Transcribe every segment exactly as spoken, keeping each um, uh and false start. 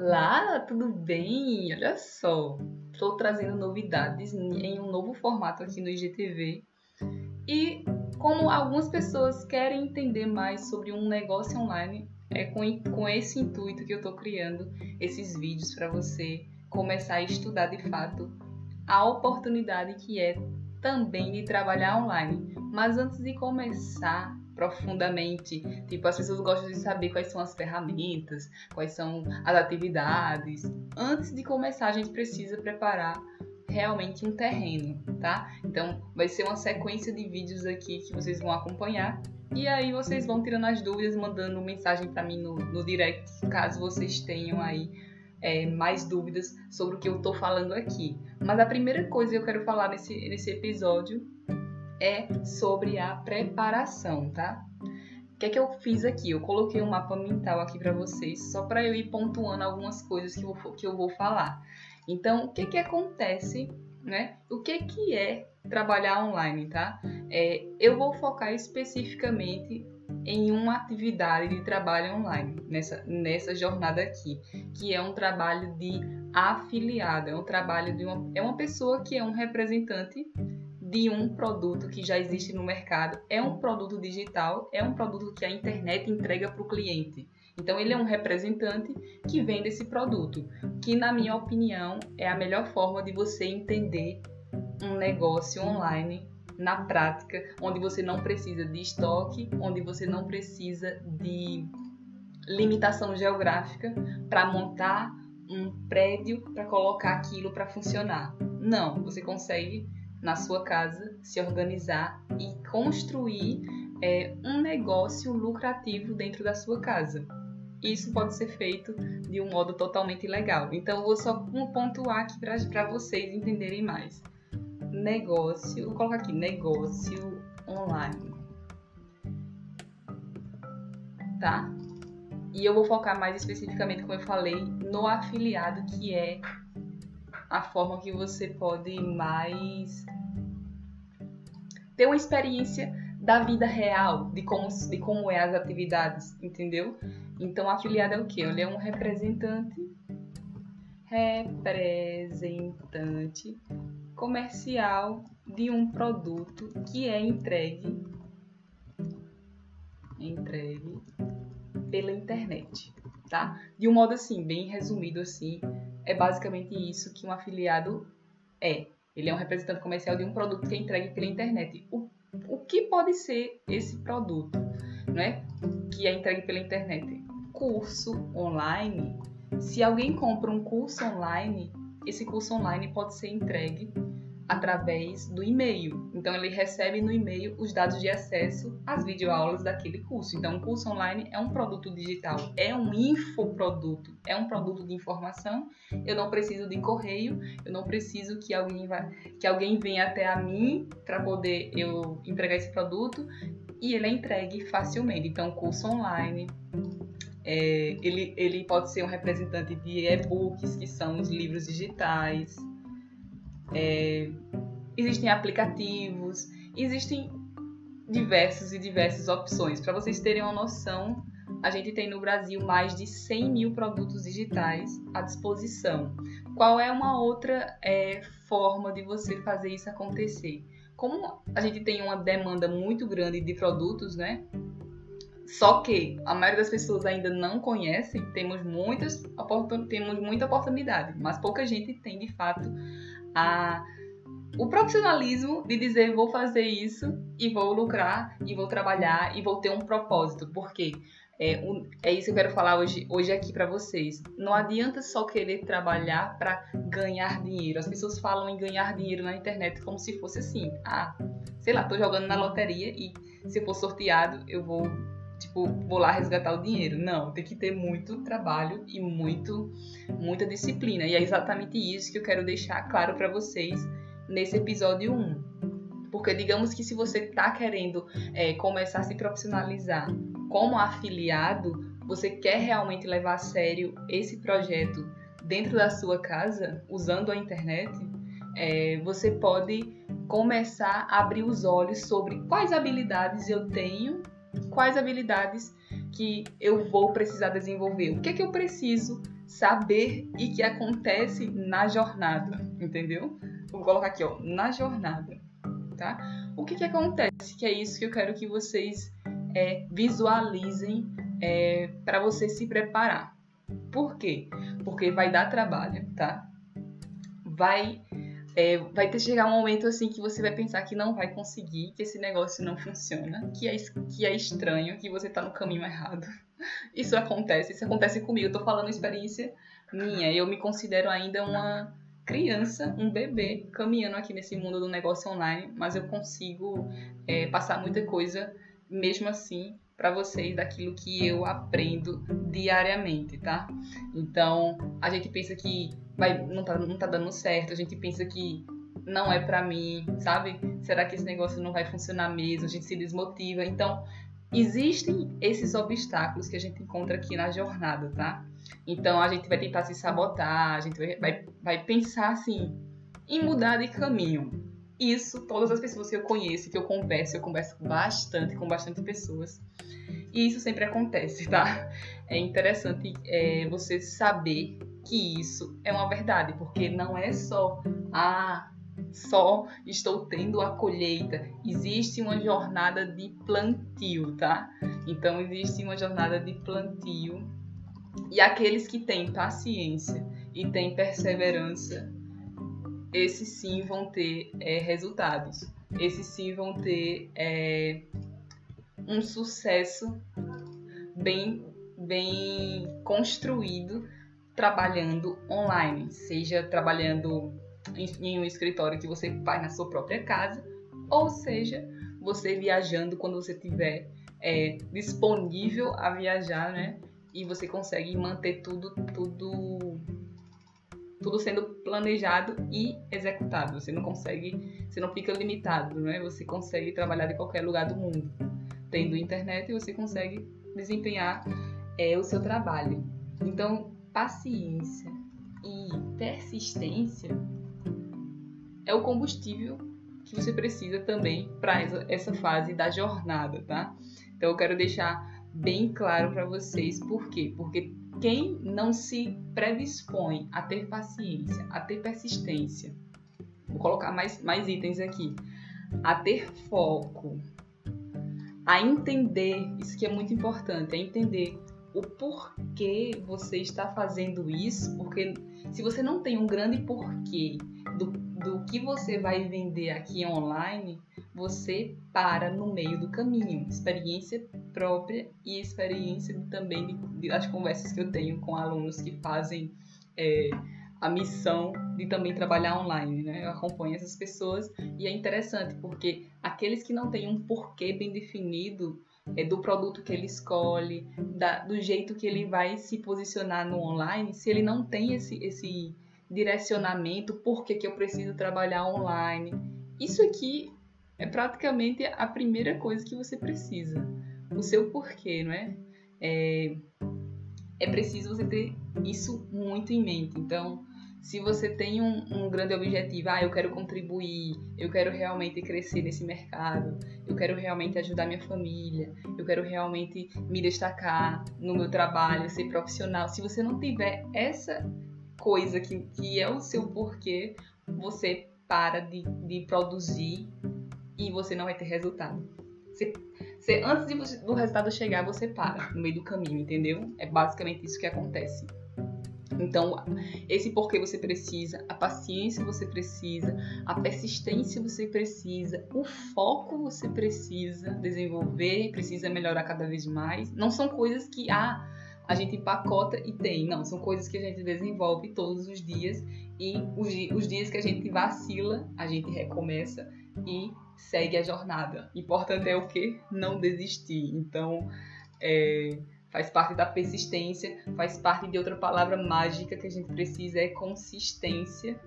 Olá, tudo bem? Olha só, estou trazendo novidades em um novo formato aqui no I G T V. E como algumas pessoas querem entender mais sobre um negócio online, é com, com esse intuito que eu estou criando esses vídeos para você começar a estudar de fato a oportunidade que é também de trabalhar online. Mas antes de começar profundamente, tipo, as pessoas gostam de saber quais são as ferramentas, quais são as atividades. Antes de começar, a gente precisa preparar realmente um terreno, tá? Então, vai ser uma sequência de vídeos aqui que vocês vão acompanhar. E aí vocês vão tirando as dúvidas, mandando mensagem para mim no, no direct, caso vocês tenham aí é, mais dúvidas sobre o que eu tô falando aqui. Mas a primeira coisa que eu quero falar nesse, nesse episódio é sobre a preparação, tá? O que é que eu fiz aqui? Eu coloquei um mapa mental aqui para vocês, só para eu ir pontuando algumas coisas que eu, que eu vou falar. Então, o que que acontece, né? O que que é trabalhar online, tá? É, eu vou focar especificamente em uma atividade de trabalho online, nessa, nessa jornada aqui, que é um trabalho de afiliado, é um trabalho de uma, é uma pessoa que é um representante de um produto que já existe no mercado, é um produto digital, é um produto que a internet entrega para o cliente. Então, ele é um representante que vende esse produto, que, na minha opinião, é a melhor forma de você entender um negócio online na prática, onde você não precisa de estoque, onde você não precisa de limitação geográfica para montar um prédio para colocar aquilo para funcionar. Não, você consegue na sua casa se organizar e construir é, um negócio lucrativo dentro da sua casa. Isso pode ser feito de um modo totalmente legal. Então, eu vou só pontuar aqui para vocês entenderem mais. Negócio, vou colocar aqui, negócio online. Tá? E eu vou focar mais especificamente, como eu falei, no afiliado, que é a forma que você pode mais ter uma experiência da vida real, de como, de como é as atividades, entendeu? Então, afiliado é o quê? Ele é um representante, representante comercial de um produto que é entregue, entregue pela internet, tá? De um modo assim, bem resumido assim, é basicamente isso que um afiliado é. Ele é um representante comercial de um produto que é entregue pela internet. O, o que pode ser esse produto, né? Que é entregue pela internet? Curso online. Se alguém compra um curso online, esse curso online pode ser entregue através do e-mail. Então, ele recebe no e-mail os dados de acesso às videoaulas daquele curso. Então, um curso online é um produto digital, é um infoproduto, é um produto de informação. Eu não preciso de correio, eu não preciso que alguém, vá, que alguém venha até a mim para poder eu entregar esse produto, e ele é entregue facilmente. Então, curso online, é, ele, ele pode ser um representante de e-books, que são os livros digitais. É, existem aplicativos, existem diversas e diversas opções. Para vocês terem uma noção, a gente tem no Brasil mais de cem mil produtos digitais à disposição. Qual é uma outra é, forma de você fazer isso acontecer? Como a gente tem uma demanda muito grande de produtos, né? Só que a maioria das pessoas ainda não conhecem, temos, muitas, temos muita oportunidade, mas pouca gente tem de fato A, o profissionalismo de dizer vou fazer isso e vou lucrar e vou trabalhar e vou ter um propósito. Porque é, um, é isso que eu quero falar hoje, hoje aqui para vocês. Não adianta só querer trabalhar para ganhar dinheiro. As pessoas falam em ganhar dinheiro na internet como se fosse assim. Ah, sei lá, tô jogando na loteria e se eu for sorteado eu vou, tipo, vou lá resgatar o dinheiro. Não, tem que ter muito trabalho e muito, muita disciplina. E é exatamente isso que eu quero deixar claro para vocês nesse episódio um. Porque digamos que se você está querendo é, começar a se profissionalizar como afiliado, você quer realmente levar a sério esse projeto dentro da sua casa, usando a internet, é, você pode começar a abrir os olhos sobre quais habilidades eu tenho, quais habilidades que eu vou precisar desenvolver, o que é que eu preciso saber e que acontece na jornada, entendeu? Vou colocar aqui, ó, na jornada, tá? O que que acontece? Que é isso que eu quero que vocês é, visualizem é, para você se preparar. Por quê? Porque vai dar trabalho, tá? Vai, é, vai ter chegar um momento assim que você vai pensar que não vai conseguir, que esse negócio não funciona, que é, que é estranho, que você tá no caminho errado. Isso acontece, isso acontece comigo. Eu tô falando experiência minha. Eu me considero ainda uma criança, um bebê, caminhando aqui nesse mundo do negócio online, mas eu consigo é, passar muita coisa, mesmo assim, para vocês, daquilo que eu aprendo diariamente, tá? Então, a gente pensa que vai, não, tá, não tá dando certo, a gente pensa que não é pra mim, sabe? Será que esse negócio não vai funcionar mesmo? A gente se desmotiva. Então, existem esses obstáculos que a gente encontra aqui na jornada, tá? Então, a gente vai tentar se sabotar, a gente vai, vai, vai pensar, assim, em mudar de caminho. Isso, todas as pessoas que eu conheço, que eu converso, eu converso bastante com bastante pessoas. E isso sempre acontece, tá? É interessante é, você saber que isso é uma verdade, porque não é só... ah, só estou tendo a colheita. Existe uma jornada de plantio, tá? Então, existe uma jornada de plantio. E aqueles que têm paciência e têm perseverança, esses sim vão ter é, resultados. Esses sim vão ter é, um sucesso bem, bem construído trabalhando online. Seja trabalhando em um escritório que você faz na sua própria casa, ou seja, você viajando quando você estiver é, disponível a viajar, né? E você consegue manter tudo, tudo, tudo sendo planejado e executado. Você não consegue, você não fica limitado, né? Você consegue trabalhar de qualquer lugar do mundo. Tendo internet, você consegue desempenhar é, o seu trabalho. Então, paciência e persistência é o combustível que você precisa também para essa, essa fase da jornada, tá? Então eu quero deixar bem claro para vocês por quê? Porque quem não se predispõe a ter paciência, a ter persistência, vou colocar mais, mais itens aqui, a ter foco, a entender, isso que é muito importante, é entender o porquê você está fazendo isso, porque se você não tem um grande porquê do, do que você vai vender aqui online, você para no meio do caminho. Experiência própria e experiência também de, de, das conversas que eu tenho com alunos que fazem é, a missão de também trabalhar online, né? Eu acompanho essas pessoas e é interessante porque aqueles que não têm um porquê bem definido é, do produto que ele escolhe, da, do jeito que ele vai se posicionar no online, se ele não tem esse, esse direcionamento, por que que eu preciso trabalhar online, isso aqui é praticamente a primeira coisa que você precisa, o seu porquê, não é? É, é preciso você ter isso muito em mente. Então, se você tem um, um grande objetivo, ah, eu quero contribuir, eu quero realmente crescer nesse mercado, eu quero realmente ajudar minha família, eu quero realmente me destacar no meu trabalho, ser profissional. Se você não tiver essa coisa que, que é o seu porquê, você para de, de produzir e você não vai ter resultado. Você, você, antes de, do resultado chegar, você para no meio do caminho, entendeu? É basicamente isso que acontece. Então, esse porquê você precisa, a paciência você precisa, a persistência você precisa, o foco você precisa desenvolver, precisa melhorar cada vez mais. Não são coisas que ah, a gente empacota e tem, não, são coisas que a gente desenvolve todos os dias e os, os dias que a gente vacila, a gente recomeça e segue a jornada. O importante é o quê? Não desistir. Então, é... faz parte da persistência, faz parte de outra palavra mágica que a gente precisa, é consistência.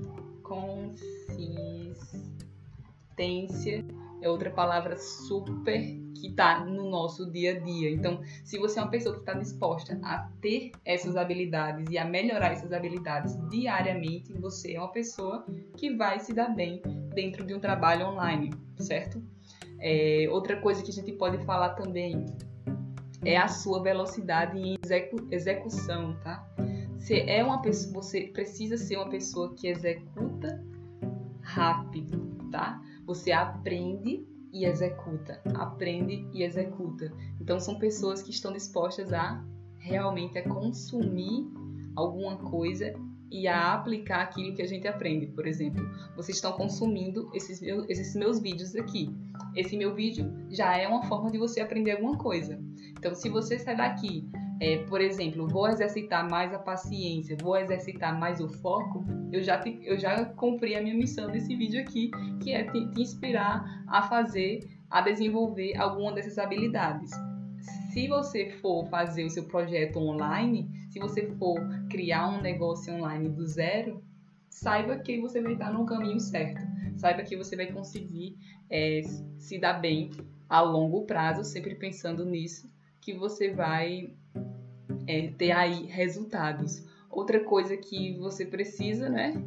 Consistência é outra palavra super que está no nosso dia a dia. Então, se você é uma pessoa que está disposta a ter essas habilidades e a melhorar essas habilidades diariamente, você é uma pessoa que vai se dar bem dentro de um trabalho online, certo? É, outra coisa que a gente pode falar também é a sua velocidade em execu- execução, tá? Você é uma pessoa, você precisa ser uma pessoa que executa rápido, tá? Você aprende e executa, aprende e executa. Então são pessoas que estão dispostas a realmente a consumir alguma coisa e a aplicar aquilo que a gente aprende. Por exemplo, vocês estão consumindo esses meus, esses meus vídeos aqui. Esse meu vídeo já é uma forma de você aprender alguma coisa. Então, se você sai daqui, é, por exemplo, vou exercitar mais a paciência, vou exercitar mais o foco, eu já, te, eu já cumpri a minha missão desse vídeo aqui, que é te, te inspirar a fazer, a desenvolver alguma dessas habilidades. Se você for fazer o seu projeto online, se você for criar um negócio online do zero, saiba que você vai estar no caminho certo. Saiba que você vai conseguir é, se dar bem a longo prazo, sempre pensando nisso, que você vai é, ter aí resultados. Outra coisa que você precisa, né,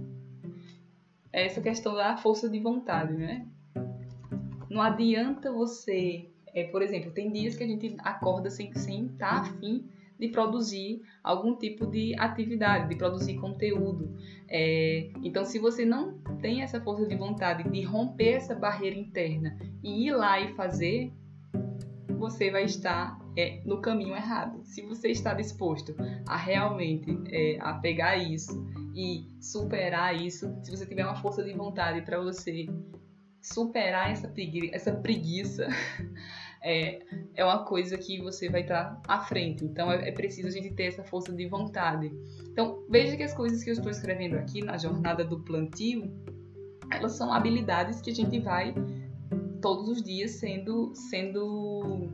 é essa questão da força de vontade, né? Não adianta você... É, por exemplo, tem dias que a gente acorda sem sem estar afim de produzir algum tipo de atividade, de produzir conteúdo. É, então, se você não tem essa força de vontade de romper essa barreira interna e ir lá e fazer, você vai estar é, no caminho errado. Se você está disposto a realmente é, a pegar isso e superar isso, se você tiver uma força de vontade para você superar essa preguiça, essa preguiça é, é uma coisa que você vai estar à frente. Então é, é preciso a gente ter essa força de vontade. Então veja que as coisas que eu estou escrevendo aqui na jornada do plantio, elas são habilidades que a gente vai todos os dias sendo, sendo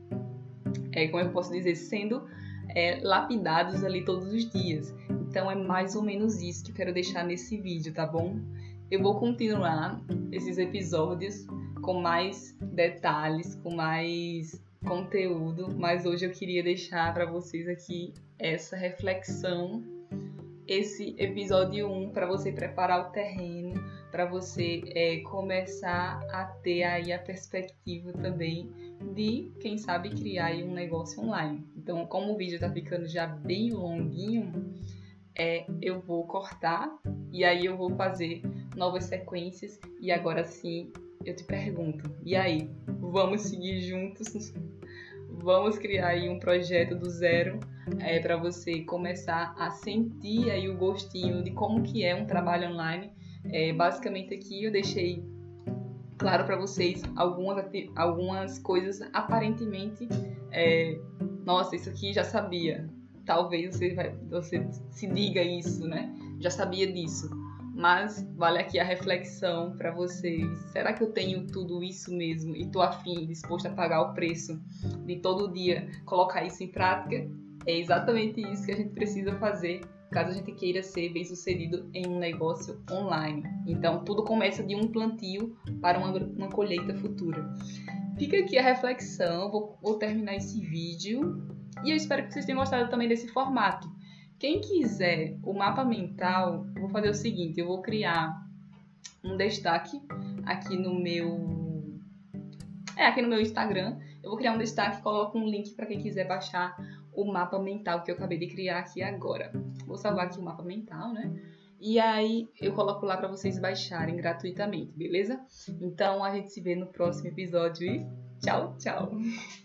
é, como eu posso dizer, sendo é, lapidados ali todos os dias. Então é mais ou menos isso que eu quero deixar nesse vídeo, tá bom? Eu vou continuar esses episódios com mais detalhes, com mais conteúdo, mas hoje eu queria deixar para vocês aqui essa reflexão, esse episódio um, para você preparar o terreno, para você é, começar a ter aí a perspectiva também de, quem sabe, criar aí um negócio online. Então, como o vídeo está ficando já bem longuinho, é, eu vou cortar e aí eu vou fazer novas sequências. E agora sim eu te pergunto, e aí, vamos seguir juntos? Vamos criar aí um projeto do zero é, para você começar a sentir aí o gostinho de como que é um trabalho online. É, basicamente aqui eu deixei claro para vocês algumas, algumas coisas aparentemente é, nossa, isso aqui já sabia. Talvez você, vai, você se diga isso, né? Já sabia disso. Mas vale aqui a reflexão para vocês. Será que eu tenho tudo isso mesmo e tô afim, disposto a pagar o preço de todo dia colocar isso em prática? É exatamente isso que a gente precisa fazer caso a gente queira ser bem-sucedido em um negócio online. Então, tudo começa de um plantio para uma, uma colheita futura. Fica aqui a reflexão. Vou, vou terminar esse vídeo. E eu espero que vocês tenham gostado também desse formato. Quem quiser o mapa mental, eu vou fazer o seguinte, eu vou criar um destaque aqui no meu, é, aqui no meu Instagram. Eu vou criar um destaque e coloco um link para quem quiser baixar o mapa mental que eu acabei de criar aqui agora. Vou salvar aqui o mapa mental, né? E aí eu coloco lá para vocês baixarem gratuitamente, beleza? Então a gente se vê no próximo episódio e tchau, tchau!